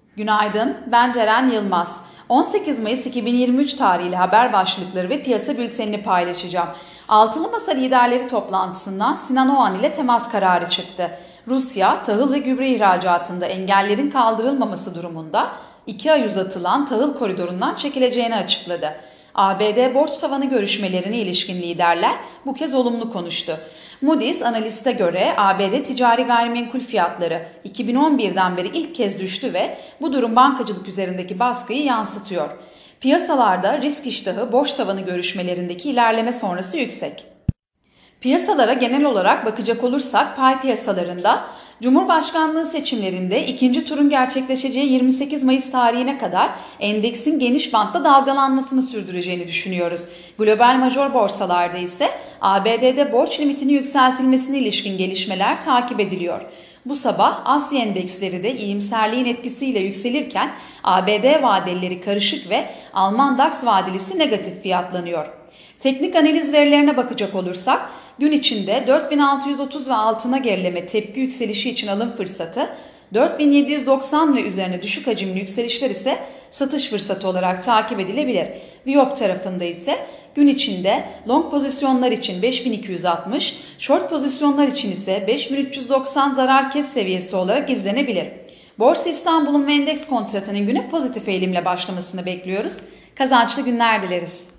Günaydın, ben Ceren Yılmaz. 18 Mayıs 2023 tarihli haber başlıkları ve piyasa bültenini paylaşacağım. Altılı Masa liderleri toplantısından Sinan Oğan ile temas kararı çıktı. Rusya, tahıl ve gübre ihracatında engellerin kaldırılmaması durumunda 2 ay uzatılan tahıl koridorundan çekileceğini açıkladı. ABD borç tavanı görüşmelerine ilişkin liderler bu kez olumlu konuştu. Moody's analiste göre ABD ticari gayrimenkul fiyatları 2011'den beri ilk kez düştü ve bu durum bankacılık üzerindeki baskıyı yansıtıyor. Piyasalarda risk iştahı borç tavanı görüşmelerindeki ilerleme sonrası yüksek. Piyasalara genel olarak bakacak olursak pay piyasalarında Cumhurbaşkanlığı seçimlerinde ikinci turun gerçekleşeceği 28 Mayıs tarihine kadar endeksin geniş bantta dalgalanmasını sürdüreceğini düşünüyoruz. Global major borsalarda ise ABD'de borç limitini yükseltilmesine ilişkin gelişmeler takip ediliyor. Bu sabah Asya endeksleri de iyimserliğin etkisiyle yükselirken ABD vadelileri karışık ve Alman DAX vadelisi negatif fiyatlanıyor. Teknik analiz verilerine bakacak olursak gün içinde 4630 ve altına gerileme tepki yükselişi için alım fırsatı, 4790 ve üzerine düşük hacimli yükselişler ise satış fırsatı olarak takip edilebilir. Viyop tarafında ise gün içinde long pozisyonlar için 5260, short pozisyonlar için ise 5390 zarar kes seviyesi olarak izlenebilir. Borsa İstanbul'un ve endeks kontratının güne pozitif eğilimle başlamasını bekliyoruz. Kazançlı günler dileriz.